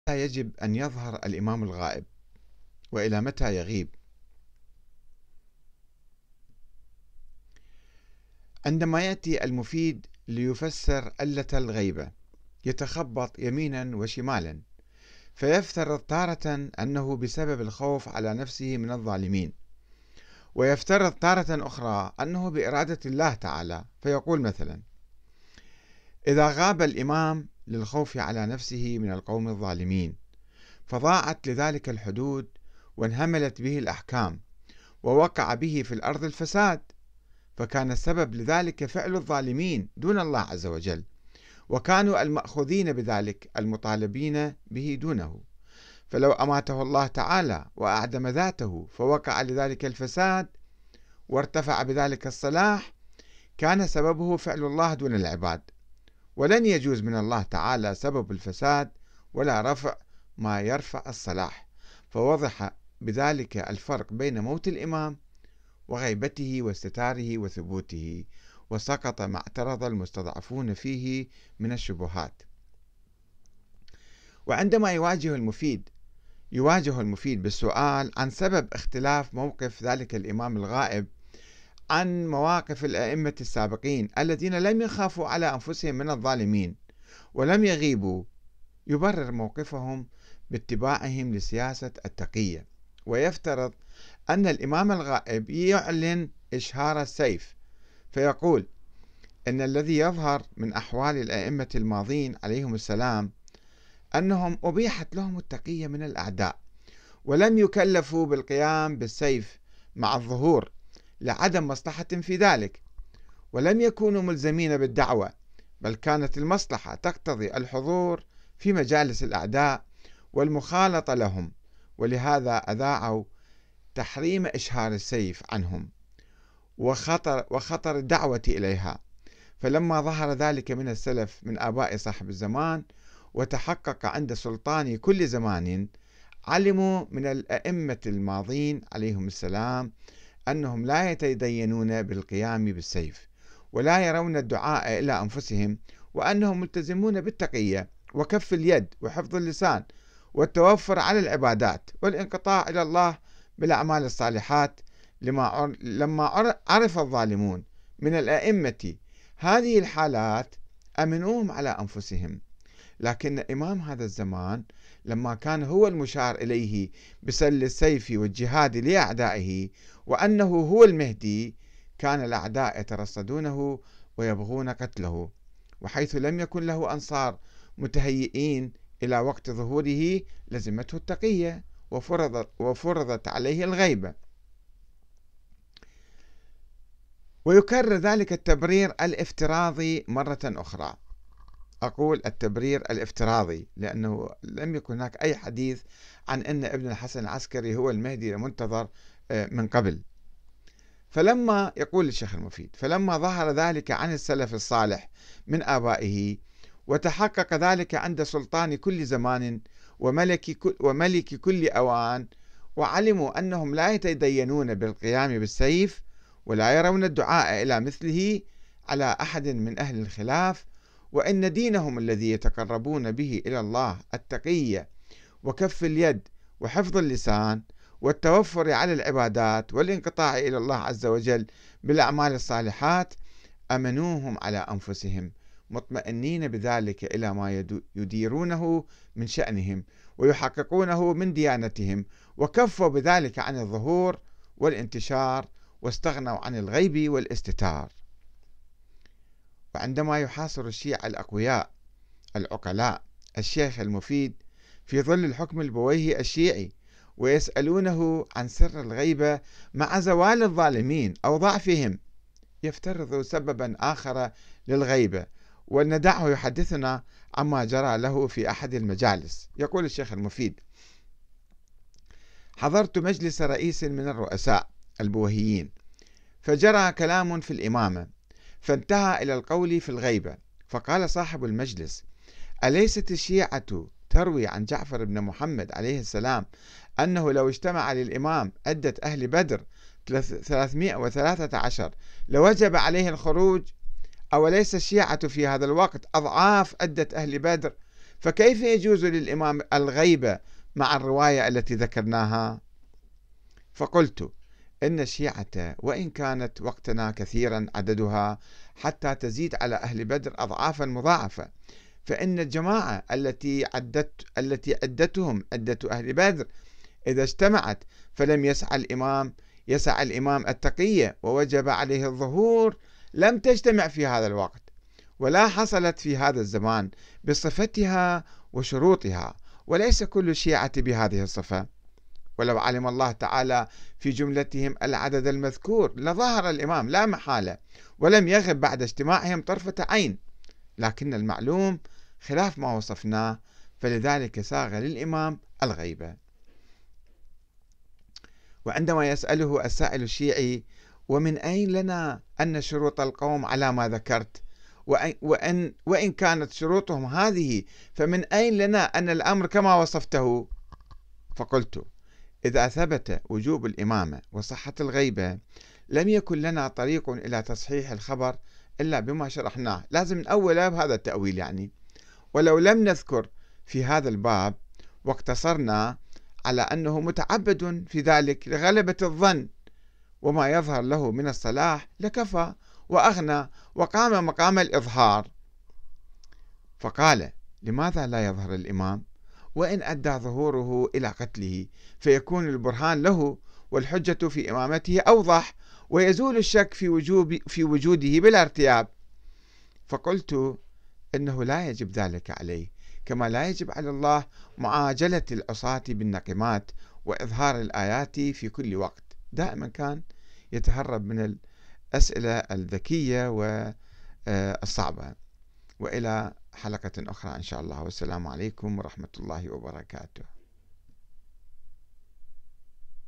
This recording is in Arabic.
يجب أن يظهر الإمام الغائب؟ وإلى متى يغيب؟ عندما يأتي المفيد ليفسر علة الغيبة يتخبط يمينا وشمالا، فيفترض تارة أنه بسبب الخوف على نفسه من الظالمين، ويفترض تارة أخرى أنه بإرادة الله تعالى، فيقول مثلا: إذا غاب الإمام للخوف على نفسه من القوم الظالمين فضاعت لذلك الحدود وانهملت به الأحكام ووقع به في الأرض الفساد، فكان السبب لذلك فعل الظالمين دون الله عز وجل، وكانوا المأخوذين بذلك المطالبين به دونه، فلو أماته الله تعالى وأعدم ذاته فوقع لذلك الفساد وارتفع بذلك الصلاح، كان سببه فعل الله دون العباد، ولن يجوز من الله تعالى سبب الفساد ولا رفع ما يرفع الصلاح، فوضح بذلك الفرق بين موت الإمام وغيبته واستتاره وثبوته، وسقط ما اعترض المستضعفون فيه من الشبهات. وعندما يواجه المفيد بالسؤال عن سبب اختلاف موقف ذلك الإمام الغائب عن مواقف الأئمة السابقين الذين لم يخافوا على أنفسهم من الظالمين ولم يغيبوا، يبرر موقفهم باتباعهم لسياسة التقية، ويفترض أن الإمام الغائب يعلن إشهار السيف، فيقول إن الذي يظهر من أحوال الأئمة الماضين عليهم السلام أنهم أبيحت لهم التقية من الأعداء، ولم يكلفوا بالقيام بالسيف مع الظهور لعدم مصلحة في ذلك، ولم يكونوا ملزمين بالدعوة، بل كانت المصلحة تقتضي الحضور في مجالس الأعداء والمخالطة لهم، ولهذا أذاعوا تحريم إشهار السيف عنهم وخطر الدعوة إليها. فلما ظهر ذلك من السلف من آباء صاحب الزمان وتحقق عند سلطان كل زمان، علموا من الأئمة الماضين عليهم السلام أنهم لا يتدينون بالقيام بالسيف ولا يرون الدعاء إلى أنفسهم، وأنهم ملتزمون بالتقية وكف اليد وحفظ اللسان والتوفر على العبادات والانقطاع إلى الله بالأعمال الصالحات، لما عرف الظالمون من الأئمة هذه الحالات أمنوهم على أنفسهم. لكن إمام هذا الزمان لما كان هو المشار إليه بسل السيف والجهاد لأعدائه وأنه هو المهدي، كان الأعداء يترصدونه ويبغون قتله، وحيث لم يكن له أنصار متهيئين إلى وقت ظهوره لزمته التقية وفرضت عليه الغيبة. ويكرر ذلك التبرير الافتراضي مرة أخرى. أقول التبرير الافتراضي لأنه لم يكن هناك أي حديث عن أن ابن الحسن العسكري هو المهدي المنتظر من قبل. فلما يقول الشيخ المفيد: فلما ظهر ذلك عن السلف الصالح من آبائه وتحقق ذلك عند سلطان كل زمان وملك كل أوان، وعلموا أنهم لا يتدينون بالقيام بالسيف ولا يرون الدعاء إلى مثله على أحد من أهل الخلاف، وإن دينهم الذي يتقربون به إلى الله التقية وكف اليد وحفظ اللسان والتوفر على العبادات والانقطاع إلى الله عز وجل بالأعمال الصالحات، أمنوهم على أنفسهم مطمئنين بذلك إلى ما يديرونه من شأنهم ويحققونه من ديانتهم، وكفوا بذلك عن الظهور والانتشار واستغنوا عن الغيب والاستتار. وعندما يحاصر الشيعة الأقوياء العقلاء الشيخ المفيد في ظل الحكم البويهي الشيعي ويسألونه عن سر الغيبة مع زوال الظالمين أو ضعفهم، يفترض سببا آخر للغيبة، وندعه يحدثنا عما جرى له في أحد المجالس. يقول الشيخ المفيد: حضرت مجلس رئيس من الرؤساء البويهيين، فجرى كلام في الإمامة، فانتهى إلى القول في الغيبة، فقال صاحب المجلس: أليست الشيعة تروي عن جعفر بن محمد عليه السلام أنه لو اجتمع للإمام عدة أهل بدر 313 لوجب عليه الخروج؟ أوليس الشيعة في هذا الوقت أضعاف عدة أهل بدر؟ فكيف يجوز للإمام الغيبة مع الرواية التي ذكرناها؟ فقلت إن الشيعة وإن كانت وقتنا كثيرا عددها حتى تزيد على أهل بدر أضعافا مضاعفة، فإن الجماعة التي عدتهم عدة أهل بدر إذا اجتمعت فلم يسع الإمام التقية ووجب عليه الظهور، لم تجتمع في هذا الوقت ولا حصلت في هذا الزمان بصفتها وشروطها، وليس كل الشيعة بهذه الصفة. ولو علم الله تعالى في جملتهم العدد المذكور لظهر الإمام لا محالة ولم يغب بعد اجتماعهم طرفة عين، لكن المعلوم خلاف ما وصفناه، فلذلك ساغ للإمام الغيبة. وعندما يسأله السائل الشيعي: ومن أين لنا أن شروط القوم على ما ذكرت، وإن كانت شروطهم هذه فمن أين لنا أن الأمر كما وصفته؟ فقلت: إذا ثبت وجوب الإمامة وصحة الغيبة لم يكن لنا طريق إلى تصحيح الخبر إلا بما شرحناه، لازم من أوله بهذا التأويل يعني. ولو لم نذكر في هذا الباب واقتصرنا على أنه متعبد في ذلك لغلبة الظن وما يظهر له من الصلاح لكفى وأغنى وقام مقام الإظهار. فقال: لماذا لا يظهر الإمام وإن أدى ظهوره إلى قتله، فيكون البرهان له والحجة في إمامته أوضح ويزول الشك في وجوده بلا ارتياب. فقلت إنه لا يجب ذلك عليه، كما لا يجب على الله معاجلة العصاة بالنقمات وإظهار الآيات في كل وقت. دائما كان يتهرب من الأسئلة الذكية والصعبة. وإلى حلقة أخرى إن شاء الله، والسلام عليكم ورحمة الله وبركاته.